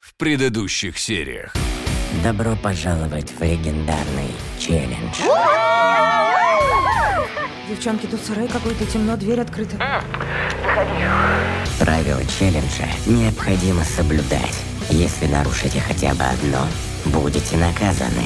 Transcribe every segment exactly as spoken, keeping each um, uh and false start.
в предыдущих сериях. Добро пожаловать в легендарный челлендж. Девчонки, тут сарай какой-то, темно, дверь открыта. Заходи. Правила челленджа необходимо соблюдать. Если нарушите хотя бы одно, будете наказаны.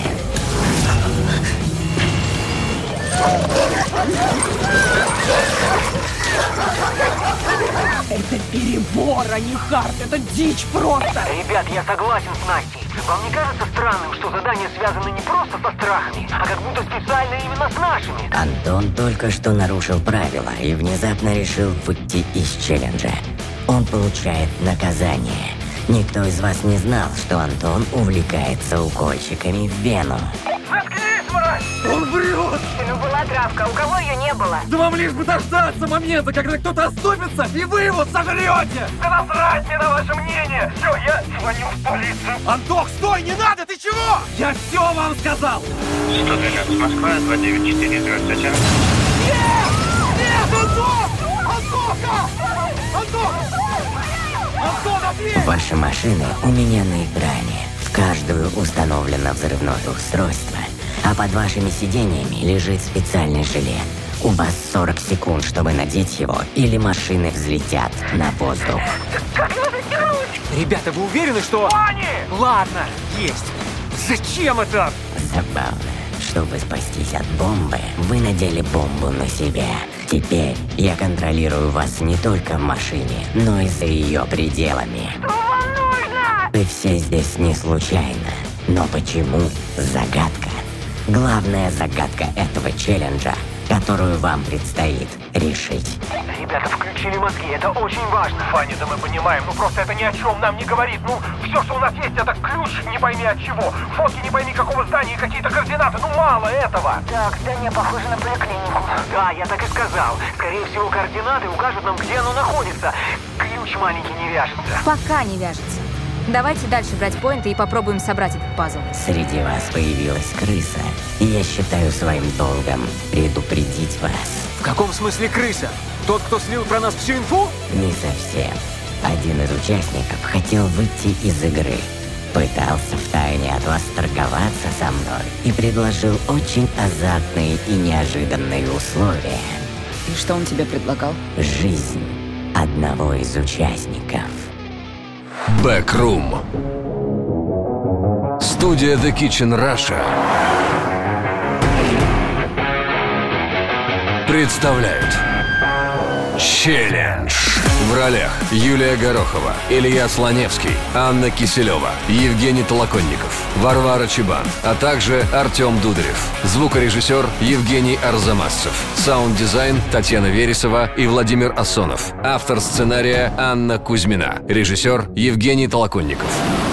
Это перебор, а не хард, это дичь просто! Ребят, я согласен с Настей. Вам не кажется странным, что задания связаны не просто со страхами, а как будто специально именно с нашими? Антон только что нарушил правила и внезапно решил выйти из челленджа. Он получает наказание. Никто из вас не знал, что Антон увлекается укольчиками в вену. Заткнись, мразь! Он врет! Ну была травка, у кого ее не было? Да вам лишь бы дождаться момента, когда кто-то оступится, и вы его сожрете! Да насрать мне на ваше мнение! Все, я звоню в полицию. Антох, стой, не надо, ты чего? Я все вам сказал! сто двенадцать Москва, два девять четыре, здравствуйте. Нет! Нет, Антон! Антоха! Антон! Антон, ответь! Ваши машины у меня на экране. В каждую установлено взрывное устройство, а под вашими сиденьями лежит специальный жилет. У вас сорок секунд, чтобы надеть его, или машины взлетят на воздух. Как надо тянуть? Ребята, вы уверены, что... Ваня! Ладно, есть. Зачем это? Забавно. Чтобы спастись от бомбы, вы надели бомбу на себя. Теперь я контролирую вас не только в машине, но и за ее пределами. Что вам нужно? Вы все здесь не случайно. Но почему? Загадка. Главная загадка этого челленджа, которую вам предстоит решить. Ребята, включили мозги, это очень важно. Ваня, да мы понимаем, ну просто это ни о чем нам не говорит. Ну, все, что у нас есть, это ключ не пойми от чего. Фотки не пойми какого здания и какие-то координаты. Ну, мало этого. Так, здание похоже на поликлинику. Да, я так и сказал. Скорее всего, координаты укажут нам, где оно находится. Ключ маленький не вяжется. Пока не вяжется. Давайте дальше брать поинты и попробуем собрать этот пазл. Среди вас появилась крыса, и я считаю своим долгом предупредить вас. В каком смысле крыса? Тот, кто слил про нас всю инфу? Не совсем. Один из участников хотел выйти из игры. Пытался втайне от вас торговаться со мной и предложил очень азартные и неожиданные условия. И что он тебе предлагал? Жизнь одного из участников. Backroom. Студия The Kitchen Russia представляют Челлендж. В ролях Юлия Горохова, Илья Слоневский, Анна Киселева, Евгений Толоконников, Варвара Чебан, а также Артем Дударев. Звукорежиссер Евгений Арзамасцев. Саунд-дизайн Татьяна Вересова и Владимир Ассонов. Автор сценария Анна Кузьмина. Режиссер Евгений Толоконников.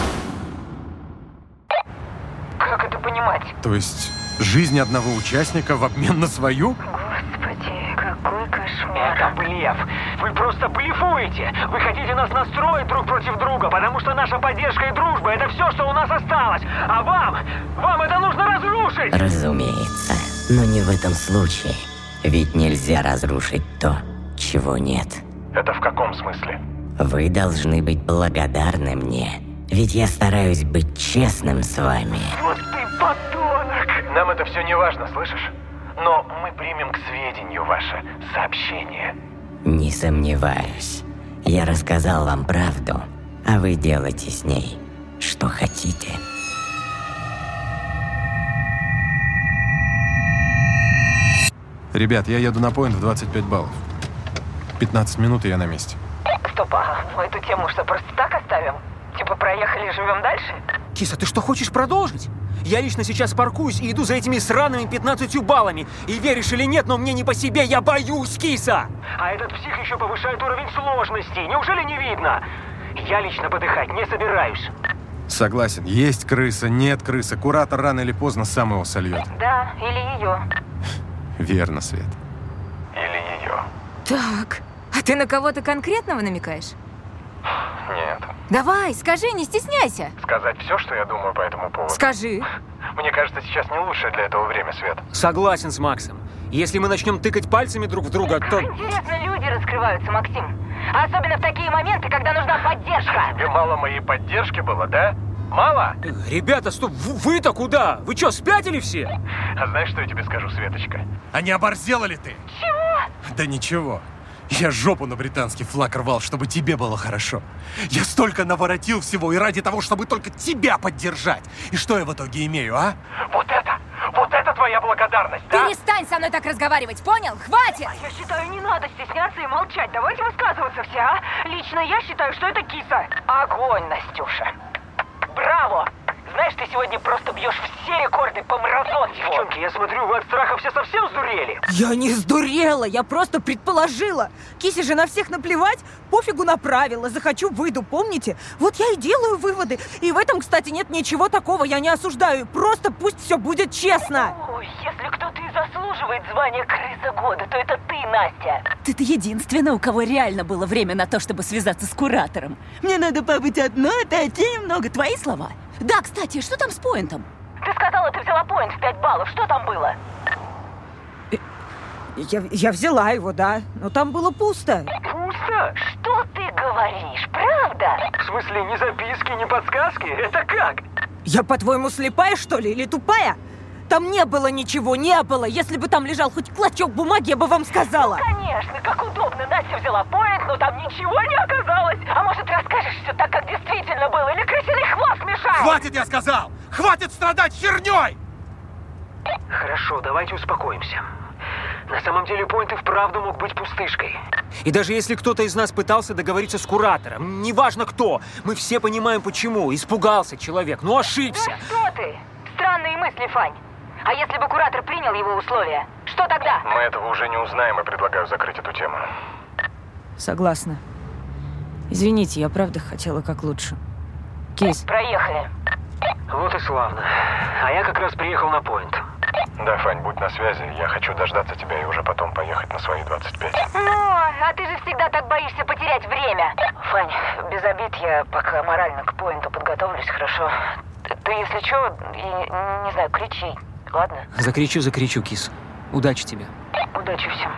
Как это понимать? То есть, жизнь одного участника в обмен на свою? Господи, какой кошмар. Это блеф. Вы просто блефуете. Вы хотите нас настроить друг против друга, потому что наша поддержка и дружба — это все, что у нас осталось. А вам, вам это нужно разрушить. Разумеется, но не в этом случае. Ведь нельзя разрушить то, чего нет. Это в каком смысле? Вы должны быть благодарны мне, ведь я стараюсь быть честным с вами. Вот ты подонок. Нам это все не важно, слышишь? Но мы примем к сведению ваше сообщение. Не сомневаюсь. Я рассказал вам правду, а вы делайте с ней, что хотите. Ребят, я еду на поинт в двадцать пять баллов. пятнадцать минут, и я на месте. Стоп, а мы эту тему что, просто так оставим? Типа проехали и живем дальше? Киса, ты что, хочешь продолжить? Я лично сейчас паркуюсь и иду за этими сраными пятнадцатью баллами. И веришь или нет, но мне не по себе, я боюсь, Киса! А этот псих еще повышает уровень сложности. Неужели не видно? Я лично подыхать не собираюсь. Согласен, есть крыса, нет крысы. Куратор рано или поздно сам его сольет. Да, или ее. Верно, Свет. Или ее. Так, а ты на кого-то конкретного намекаешь? Нет. Давай, скажи, не стесняйся. Сказать все, что я думаю по этому поводу? Скажи. Мне кажется, сейчас не лучшее для этого время, Свет. Согласен с Максом. Если мы начнем тыкать пальцами друг в друга, то... Интересно люди раскрываются, Максим. Особенно в такие моменты, когда нужна поддержка. Тебе мало моей поддержки было, да? Мало? Ребята, стоп, вы-то куда? Вы что, спятили все? А знаешь, что я тебе скажу, Светочка? А не оборзела ли ты? Чего? Да ничего. Я жопу на британский флаг рвал, чтобы тебе было хорошо. Я столько наворотил всего и ради того, чтобы только тебя поддержать. И что я в итоге имею, а? Вот это! Вот это твоя благодарность, да? Перестань со мной так разговаривать, понял? Хватит! Я считаю, не надо стесняться и молчать. Давайте высказываться все, а? Лично я считаю, что это киса. Огонь, Настюша. Браво! Знаешь, ты сегодня просто бьешь все рекорды по марафону. Девчонки, я смотрю, вы от страха все совсем сдурели. Я не сдурела, я просто предположила. Кисе же на всех наплевать, пофигу на правила. Захочу, выйду, помните? Вот я и делаю выводы. И в этом, кстати, нет ничего такого, я не осуждаю. Просто пусть все будет честно. Ой, если кто-то и заслуживает звания крыса года, то это ты, Настя. Ты-то единственная, у кого реально было время на то, чтобы связаться с куратором. Мне надо побыть одной, отойти немного. Твои слова. Да, кстати, что там с поинтом? Ты сказала, ты взяла поинт в пять баллов. Что там было? Я, я взяла его, да, но там было пусто. Пусто? Что ты говоришь, правда? В смысле, ни записки, ни подсказки? Это как? Я, по-твоему, слепая, что ли, или тупая? Там не было ничего, не было. Если бы там лежал хоть клочок бумаги, я бы вам сказала. Ну, конечно, как удобно. Настя взяла поинт, но там ничего не оказалось. А может, расскажешь все так, как действительно было, или крысиный хвост мешает? Хватит, я сказал! Хватит страдать херней! Хорошо, давайте успокоимся. На самом деле, поинт и вправду мог быть пустышкой. И даже если кто-то из нас пытался договориться с куратором, неважно кто, мы все понимаем почему. Испугался человек, ну ошибся. Да что ты? Странные мысли, Фань. А если бы куратор принял его условия, что тогда? Мы этого уже не узнаем, и предлагаю закрыть эту тему. Согласна. Извините, я правда хотела как лучше. Кис. Проехали. Вот и славно. А я как раз приехал на поинт. Да, Фань, будь на связи. Я хочу дождаться тебя и уже потом поехать на свои двадцать пять. Ну, а ты же всегда так боишься потерять время. Фань, без обид, я пока морально к поинту подготовлюсь, хорошо? Ты, ты если что, не, не знаю, кричи, ладно? Закричу, закричу, кис. Удачи тебе. Удачи всем.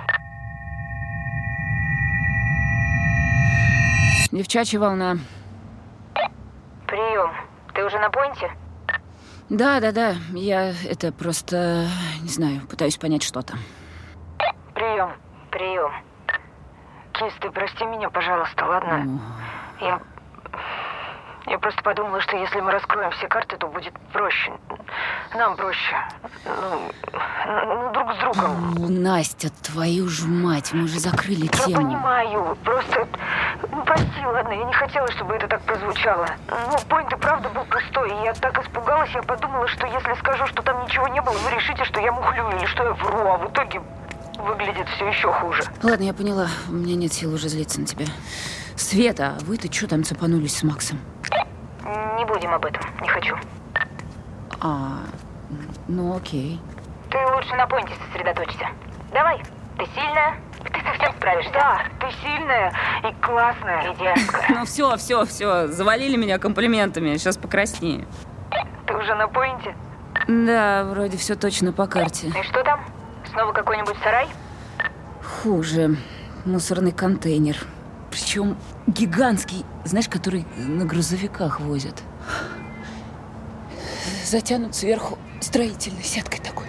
Девчачья волна. Прием. Ты уже на поинте? Да, да, да. Я это просто, не знаю, пытаюсь понять, что там. Прием, прием. Кис, ты прости меня, пожалуйста, ладно? О. Я... Я просто подумала, что если мы раскроем все карты, то будет проще. Нам проще. Ну, ну друг с другом. О, Настя, твою ж мать, мы уже закрыли я тему. Я понимаю, просто... Ну, прости, ладно, я не хотела, чтобы это так прозвучало. Ну, поинт и правда был пустой, и я так испугалась, я подумала, что если скажу, что там ничего не было, вы решите, что я мухлю или что я вру, а в итоге выглядит все еще хуже. Ладно, я поняла, у меня нет сил уже злиться на тебя. Света, а вы-то что там цепанулись с Максом? Не будем об этом, не хочу. А, ну окей. Ты лучше на поинте сосредоточься. Давай, ты сильная, ты совсем справишься. Да, ты сильная и классная. И дерзкая. Ну все, все, все, завалили меня комплиментами, сейчас покраснею. Ты уже на поинте? Да, вроде все точно по карте. И что там? Снова какой-нибудь сарай? Хуже. Мусорный контейнер. Причем гигантский, знаешь, который на грузовиках возят. Затянут сверху строительной сеткой такой.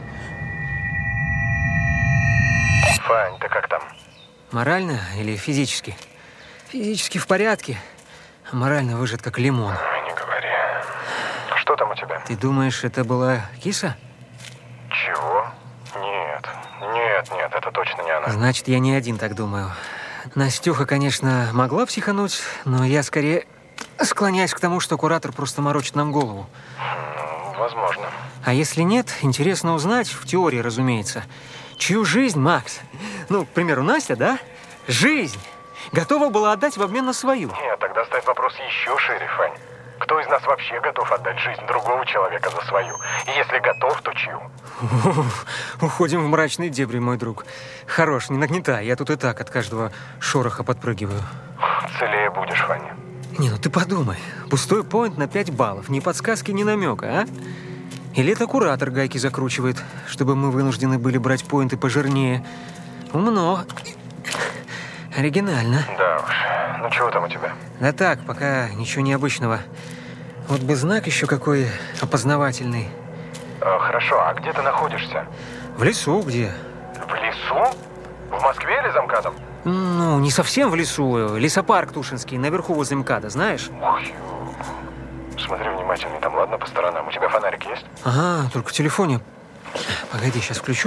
Фань, ты как там? Морально или физически? Физически в порядке, а морально выжат как лимон. Не говори. Что там у тебя? Ты думаешь, это была киса? Чего? Нет. Нет, нет, это точно не она. Значит, я не один так думаю. Настюха, конечно, могла психануть, но я скорее склоняюсь к тому, что куратор просто морочит нам голову. Ну, возможно. А если нет, интересно узнать, в теории, разумеется, чью жизнь, Макс, ну, к примеру, Настя, да, жизнь готова была отдать в обмен на свою. Нет, тогда ставь вопрос еще шире, Фань. Кто из нас вообще готов отдать жизнь другого человека за свою? И если готов, то чью? Уф, уходим в мрачные дебри, мой друг. Хорош, не нагнетай, я тут и так от каждого шороха подпрыгиваю. Целее будешь, Фаня. Не, ну ты подумай. Пустой поинт на пять баллов. Ни подсказки, ни намека, а? Или это куратор гайки закручивает, чтобы мы вынуждены были брать поинты пожирнее. Умно. Оригинально. Да уж. Ну чего там у тебя? Да так, пока ничего необычного. Вот бы знак еще какой опознавательный. Э, хорошо, а где ты находишься? В лесу где? В лесу? В Москве или за МКАДом? Ну, не совсем в лесу. Лесопарк Тушинский, наверху возле МКАДа, знаешь? Ой, смотри внимательней там, ладно, по сторонам. У тебя фонарик есть? Ага, только в телефоне. Погоди, сейчас включу.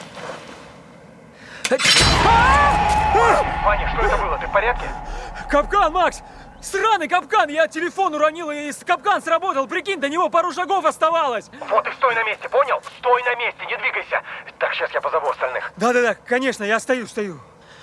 Ваня, что это было? Ты в порядке? Капкан, Макс! Сраный капкан! Я телефон уронил, и капкан сработал. Прикинь, до него пару шагов оставалось. Вот и стой на месте, понял? Стой на месте, не двигайся. Так, сейчас я позову остальных. Да-да-да, конечно, я стою, стою.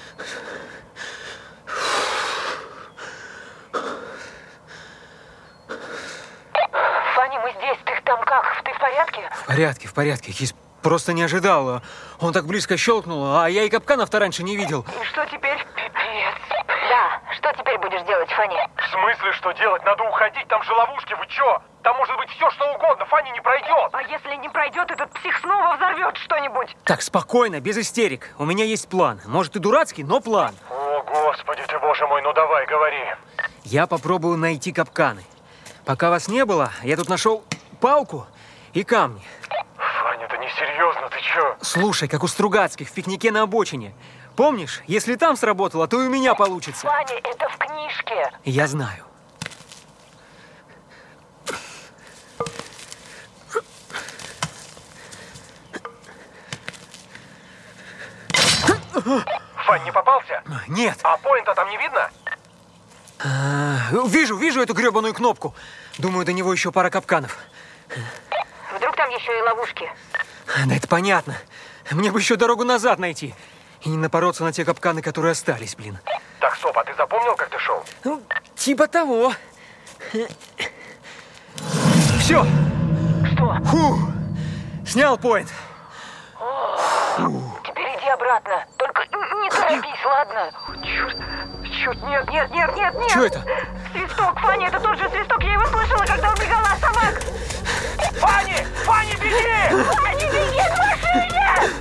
Фанни, мы здесь. Ты там как? Ты в порядке? В порядке, в порядке. Кис просто не ожидал. Он так близко щелкнул, а я и капканов-то раньше не видел. И что теперь? Пипец. Да, что теперь будешь делать, Фанни? В смысле, что делать? Надо уходить, там же ловушки, вы чё? Там может быть все, что угодно, Фанни не пройдет. А если не пройдет, этот псих снова взорвет что-нибудь? Так, спокойно, без истерик. У меня есть план. Может и дурацкий, но план. О, господи ты, боже мой, ну давай, говори. Я попробую найти капканы. Пока вас не было, я тут нашел палку и камни. Фаня, это несерьезно, ты чё? Слушай, как у Стругацких в пикнике на обочине. Помнишь, если там сработало, то и у меня получится. Фанни, это в книжке. Я знаю. Фань, не попался? Нет. А поинта там не видно? А, вижу, вижу эту гребаную кнопку. Думаю, до него еще пара капканов. Вдруг там еще и ловушки? Да это понятно. Мне бы еще дорогу назад найти. И не напороться на те капканы, которые остались, блин. Так, стоп, а ты запомнил, как ты шел? Ну, типа того. Все. Что? Фу. Снял поинт. Теперь иди обратно. Только не торопись, ладно? Черт, черт, нет, нет, нет, нет, нет. Что это? Свисток, Фанни, это тот же свисток, я его слышала, когда убегала от собак. Фанни! Фанни, беги! Фанни, беги к машине!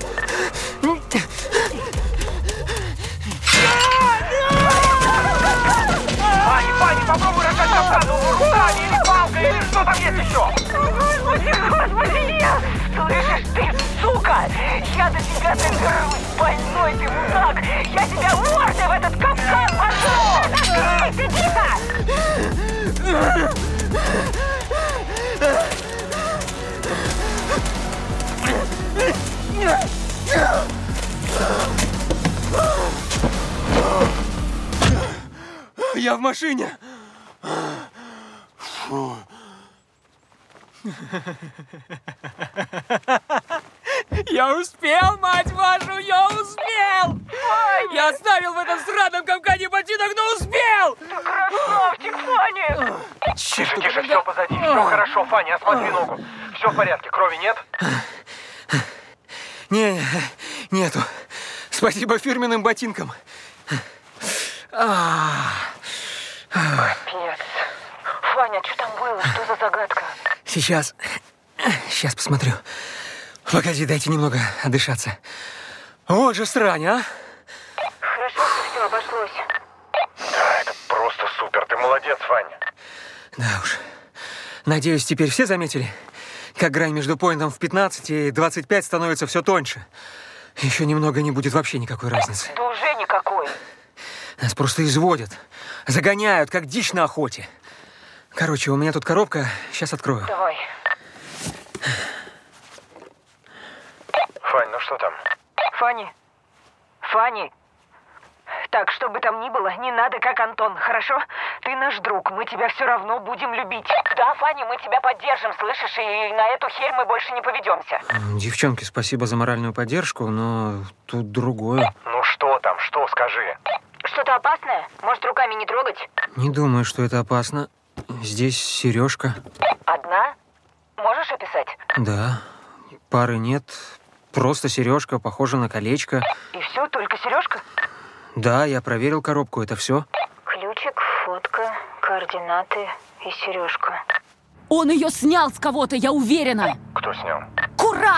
Фанни, Фанни, попробуй рожать капкан, ну, руками или палкой, или что там есть еще? Господи, господи, нет! Слышишь ты, сука? Я до тебя доберусь, больной ты мудак! Я тебя мордой в этот капкан пошлю! Заткнись, иди-ка! Я в машине. Фу. Я успел, мать вашу, я успел! Фанни! Я оставил в этом сраном капкане ботинок, но успел! Ты красавчик, Фанни! Тише, тише, все позади, все хорошо, Фанни, осмотри ногу. Все в порядке, крови нет? Не, нету. Спасибо фирменным ботинкам. Капец. Фаня, что там было? Что за загадка? Сейчас. Сейчас посмотрю. Погоди, дайте немного отдышаться. Вот же срань, а? Хорошо, что все обошлось. Да, это просто супер, ты молодец, Фаня. Да уж. Надеюсь, теперь все заметили, как грань между поинтом в пятнадцать и двадцать пять становится все тоньше. Еще немного не будет вообще никакой разницы. Да уже никакой. Нас просто изводят. Загоняют, как дичь на охоте. Короче, у меня тут коробка. Сейчас открою. Давай. Фань, ну что там? Фанни. Фанни. Так, что бы там ни было, не надо, как Антон, хорошо? Ты наш друг, мы тебя все равно будем любить. Да, Фанни, мы тебя поддержим, слышишь? И на эту херь мы больше не поведемся. Девчонки, спасибо за моральную поддержку, но тут другое. Ну что там, что, скажи? Что-то опасное? Может, руками не трогать? Не думаю, что это опасно. Здесь сережка. Одна? Можешь описать? Да. Пары нет. Просто сережка, похожа на колечко. И все, только сережка? Да, я проверил коробку, это все. Ключик, фотка, координаты и сережка. Он ее снял с кого-то, я уверена. Кто снял? Куратор!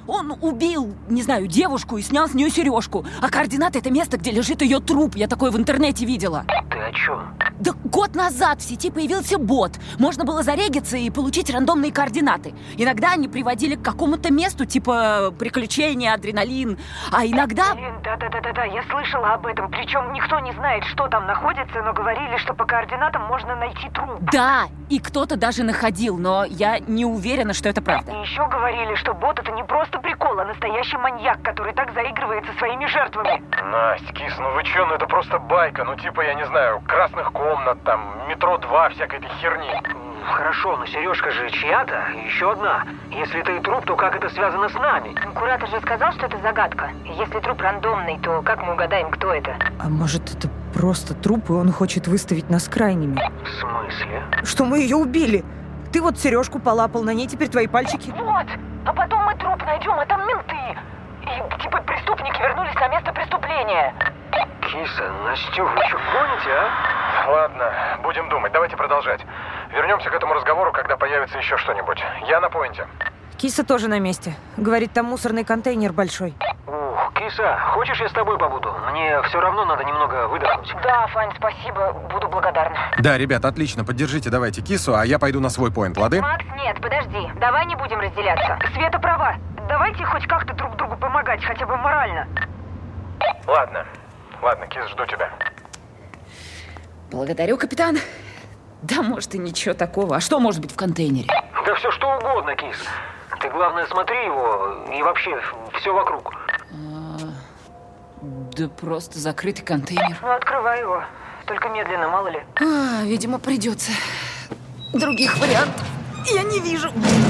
Он убил, не знаю, девушку и снял с нее сережку. А координаты — это место, где лежит ее труп. Я такое в интернете видела. Ты о чем? Да год назад в сети появился бот. Можно было зарегиться и получить рандомные координаты. Иногда они приводили к какому-то месту, типа приключения, адреналин. А иногда... Блин, да-да-да-да, я слышала об этом. Причем никто не знает, что там находится, но говорили, что по координатам можно найти труп. Да, и кто-то даже находил, но я не уверена, что это правда. И еще говорили, что бот — это не просто прикол, а настоящий маньяк, который так заигрывает со своими жертвами. Настя, кис, ну вы че, ну это просто байка. Ну типа, я не знаю, красных комнат, там, метро два, всякой этой херни. Хорошо, но сережка же чья-то, и еще одна. Если это и труп, то как это связано с нами? Куратор же сказал, что это загадка. Если труп рандомный, то как мы угадаем, кто это? А может, это просто труп, и он хочет выставить нас крайними? В смысле? Что мы ее убили? Ты вот сережку полапал, на ней теперь твои пальчики. Вот! А потом мы труп найдем, а там менты. И типа преступники вернулись на место преступления. Киса, Настю, вы что, гоните, а? Ладно, будем думать, давайте продолжать. Вернемся к этому разговору, когда появится еще что-нибудь. Я на поинте. Киса тоже на месте. Говорит, там мусорный контейнер большой. Ух, Киса, хочешь, я с тобой побуду? Мне все равно надо немного выдохнуть. Да, Фань, спасибо, буду благодарна. Да, ребят, отлично, поддержите давайте кису, а я пойду на свой поинт, лады? Макс, нет, подожди, давай не будем разделяться. Света права, давайте хоть как-то друг другу помогать, хотя бы морально. Ладно, ладно, кис, жду тебя. Благодарю, капитан. Да, может, и ничего такого. А что может быть в контейнере? Да все что угодно, Кис. Ты, главное, смотри его и вообще все вокруг. А, да просто закрытый контейнер. Ну, открывай его. Только медленно, мало ли. А, видимо, придется. Других вариантов я не вижу.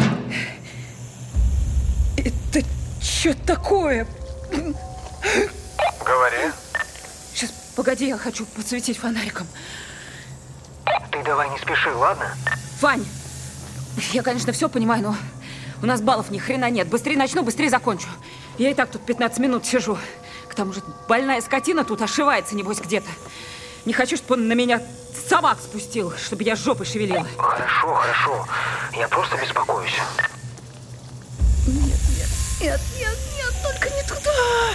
Это что такое? Говори. Сейчас, погоди, я хочу подсветить фонариком. Ты давай не спеши, ладно? Фань, я, конечно, все понимаю, но у нас баллов ни хрена нет. Быстрее начну, быстрее закончу. Я и так тут пятнадцать минут сижу. К тому же больная скотина тут ошивается, небось, где-то. Не хочу, чтобы он на меня собак спустил, чтобы я жопой шевелила. Хорошо, хорошо. Я просто беспокоюсь. Нет, нет, нет, нет, нет, только не туда.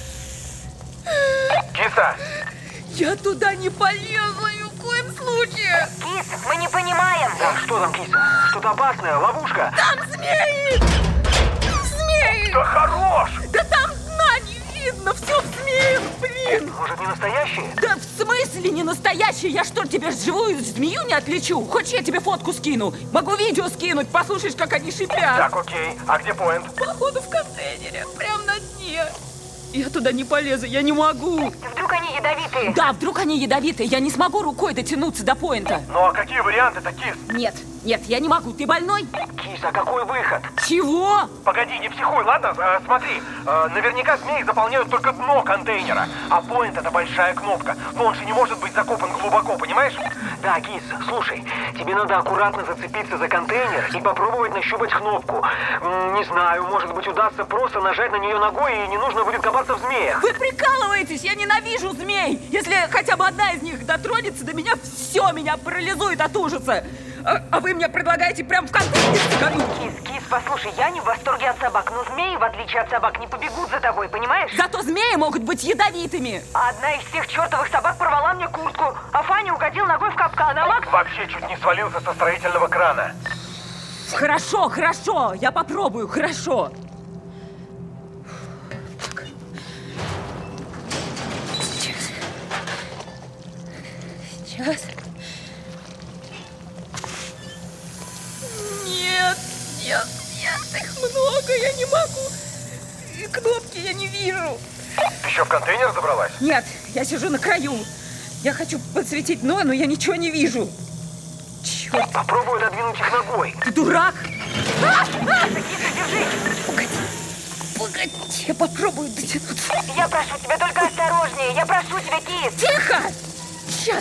Киса! Я туда не полезу ни в коем случае. Кис, мы не понимаем. Да, что там, Киса? Что-то опасное, ловушка? Там змеи! Змеи! Да хорош! Да там дна не видно, все в змеях, блин! Может, не настоящие? Да в смысле не настоящий? Я что, тебе живую змею не отличу? Хочешь, я тебе фотку скину? Могу видео скинуть, послушаешь, как они шипят. Так, окей. А где поинт? Походу в контейнере, прям на дне. Я туда не полезу, я не могу. Вдруг они ядовитые? Да, вдруг они ядовитые. Я не смогу рукой дотянуться до поинта. Ну а какие варианты-то, Кис? Нет, нет, я не могу. Ты больной? Киса, какой выход? Чего? Погоди, не психуй, ладно? Э, смотри, э, наверняка змеи заполняют только дно контейнера, а поинт — это большая кнопка. Но он же не может быть закопан глубоко, понимаешь? Да, Кис, слушай, тебе надо аккуратно зацепиться за контейнер и попробовать нащупать кнопку. М, не знаю, может быть, удастся просто нажать на нее ногой, и не нужно будет копаться в змеях. Вы прикалываетесь? Я ненавижу змей! Если хотя бы одна из них дотронется до меня, все меня парализует от ужаса! А, а вы мне предлагаете прям в контейнер сигануть? Кис, Кис, послушай, я не в восторге от собак, но змеи, в отличие от собак, не побегут за тобой, понимаешь? Зато змеи могут быть ядовитыми! А одна из тех чертовых собак порвала мне куртку, а Фаня угодил ногой в капкан, а Макс... Вообще чуть не свалился со строительного крана. Хорошо, хорошо, я попробую, хорошо. Так. Сейчас. Сейчас. Нет, нет, нет, их много, я не могу. И кнопки я не вижу. Ты еще в контейнер забралась? Нет, я сижу на краю. Я хочу подсветить дно, но я ничего не вижу. Черт. Попробуй додвинуть их ногой. Ты дурак? А! А! Киса, держи! Погоди, погоди, я попробую дотянуться. Я прошу тебя, только осторожнее, я прошу тебя, Кис! Тихо! Сейчас.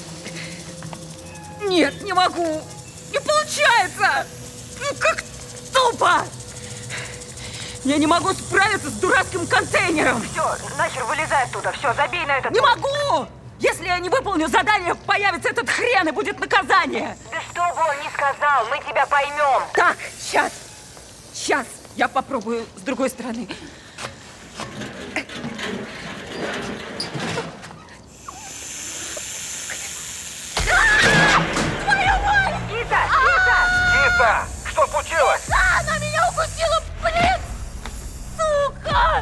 Нет, не могу. Не получается. Ну, как тупо. Я не могу справиться с дурацким контейнером. Все, нахер вылезай оттуда, все, забей на этот... Не могу! Если я не выполню задание, появится этот хрен и будет наказание. Да что бы он ни сказал, мы тебя поймем. Так, сейчас, сейчас. Я попробую с другой стороны. Киса! Киса! Киса! Что случилось? А, она меня укусила, блин! Сука!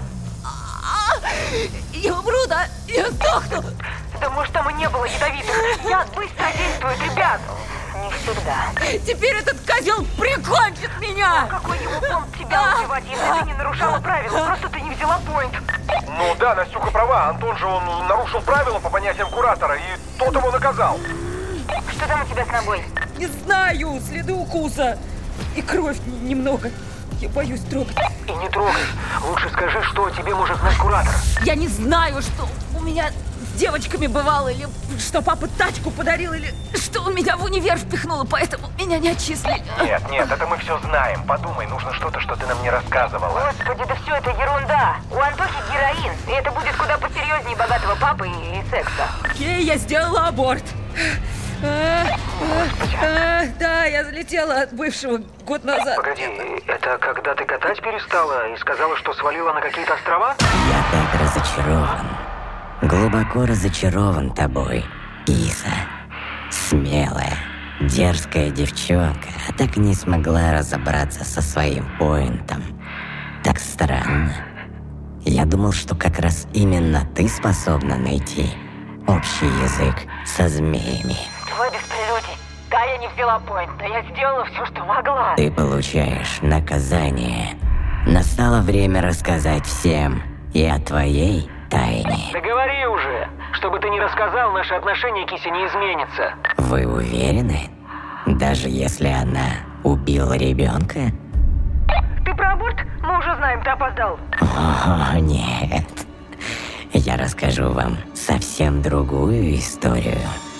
Я умру, да? Я сдохну! Да может там и не было ядовитых. Яд быстро действует, ребят. Не всегда. Теперь этот козел прикончит меня! Какой ему понт тебя убивать, если ты не нарушала правила? Просто ты не взяла поинт. Ну да, Настюха права. Антон же он нарушил правила по понятиям куратора, и тот его наказал. Что там у тебя с ногой? Не знаю, следы укуса. И кровь немного. Я боюсь трогать. И не трогай. Лучше скажи, что тебе может знать куратор. Я не знаю, что у меня с девочками бывало, или что папа тачку подарил, или что он меня в универ впихнул, поэтому меня не отчислили. Нет, нет, это мы все знаем. Подумай, нужно что-то, что ты нам не рассказывала. Господи, да все это ерунда. У Антохи героин, и это будет куда посерьезнее богатого папы и, и секса. Окей, я сделала аборт. А, а, а, да, я залетела от бывшего год назад. Погоди, это когда ты катать перестала и сказала, что свалила на какие-то острова? Я так разочарован. Глубоко разочарован тобой, Киса. Смелая, дерзкая девчонка, а так и не смогла разобраться со своим поинтом. Так странно. Я думал, что как раз именно ты способна найти общий язык со змеями. Твой беспрелюдий. Да, я не взяла поинт, но я сделала все, что могла. Ты получаешь наказание. Настало время рассказать всем и о твоей тайне. Да говори уже. Чтобы ты не рассказал, наши отношения, Кися, не изменятся. Вы уверены? Даже если она убила ребенка? Ты про аборт? Мы уже знаем, ты опоздал. О, нет. Я расскажу вам совсем другую историю.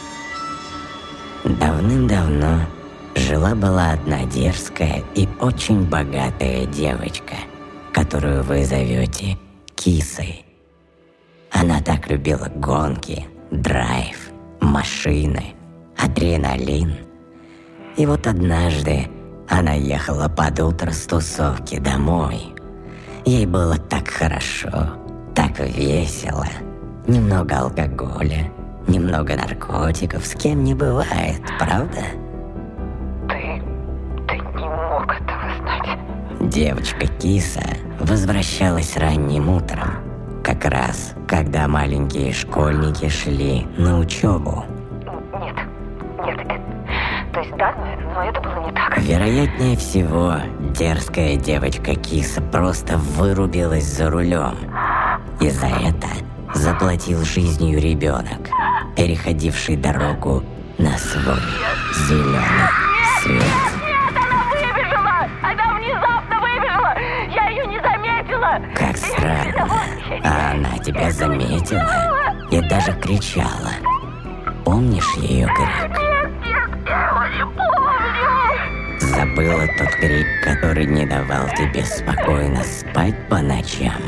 Давным-давно жила-была одна дерзкая и очень богатая девочка, которую вы зовете Кисой. Она так любила гонки, драйв, машины, адреналин. И вот однажды она ехала под утро с тусовки домой. Ей было так хорошо, так весело. Немного алкоголя, немного наркотиков, с кем не бывает, правда? Ты... ты не мог этого знать. Девочка Киса возвращалась ранним утром, как раз когда маленькие школьники шли на учебу. Нет, нет, это... то есть да, но, но это было не так. Вероятнее всего, дерзкая девочка Киса просто вырубилась за рулем. И за это заплатил жизнью ребенок, переходивший дорогу на свой зеленый свет. Нет, она выбежала! Она внезапно выбежала! Я ее не заметила! Как странно. А она тебя заметила и даже кричала. Помнишь ее крик? Нет, нет, я его не помню! Забыла тот крик, который не давал тебе спокойно спать по ночам?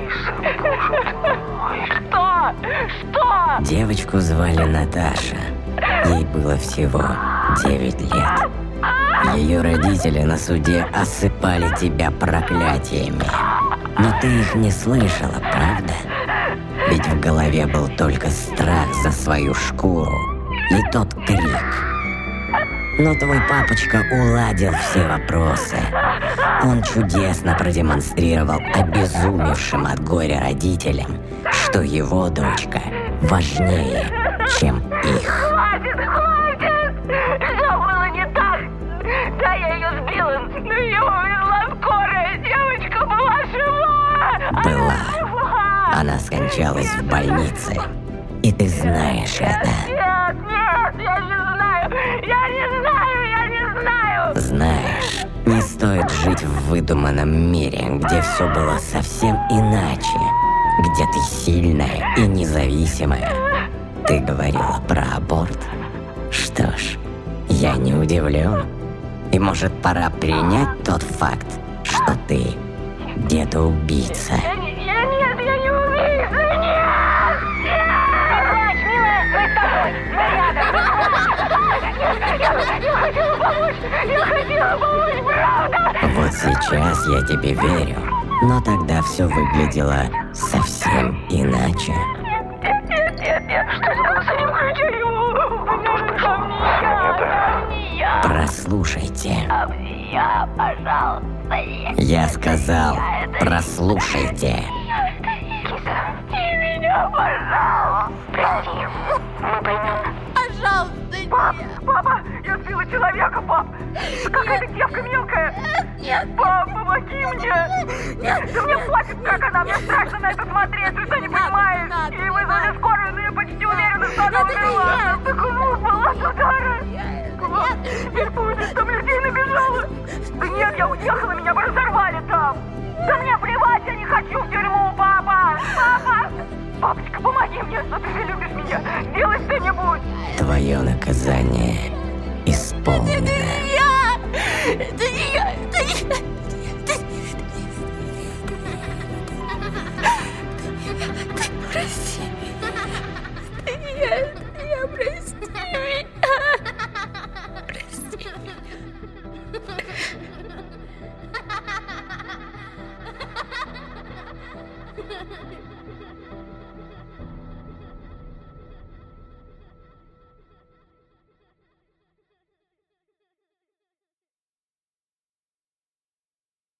Что? Что? Девочку звали Наташа. Ей было всего девять лет. Ее родители на суде осыпали тебя проклятиями. Но ты их не слышала, правда? Ведь в голове был только страх за свою шкуру и тот крик. Но твой папочка уладил все вопросы. Он чудесно продемонстрировал обезумевшим от горя родителям, что его дочка важнее, чем их. Хватит, хватит! Все было не так! Да, я ее сбила, но ее увезла скорая. Девочка была жива! Была. Она скончалась в больнице. И ты знаешь это. Нет, нет, я не знаю! Я не знаю, я не знаю! Знаешь, не стоит жить в выдуманном мире, где все было совсем иначе. Где ты сильная и независимая. Ты говорила про аборт. Что ж, я не удивлен. И может пора принять тот факт, что ты где-то убийца. Я, не, я нет, я не убийца, нет! Нет! Не плачь, милая, мы с тобой, мы рядом. Я, я хочу помочь! Я хотела помочь, правда! Вот сейчас я тебе верю, но тогда все выглядело совсем иначе. Нет, нет, нет, нет, что за голосовым включай его? Он тоже пришел? Не я. Прослушайте. Я, пожалуйста. Я сказал, прослушайте. Киса, не меня, пожалуйста. Прости, мы поймем. Пожалуйста, Пап, папа, я сбила человека, пап. Какая-то девка мелкая. Нет. Пап, помоги мне. Нет. Да мне пофиг, как она. Мне страшно на это смотреть. Ты что, не понимаешь? Ей вызвали скорую, но я почти уверена, что она умерла. Она так упала от удара. Пап, теперь будет, там людей набежало. Да нет, я уехала, меня бы разорвали там. Да мне плевать, я не хочу в тюрьму, папа. Папа. Папочка, помоги мне, что ты же любишь меня. Сделай что-нибудь. Твое наказание исполнено. Это не я! Это не я! Это не я! Ты прости меня. Это не я! Это не я! Прости меня! Прости меня!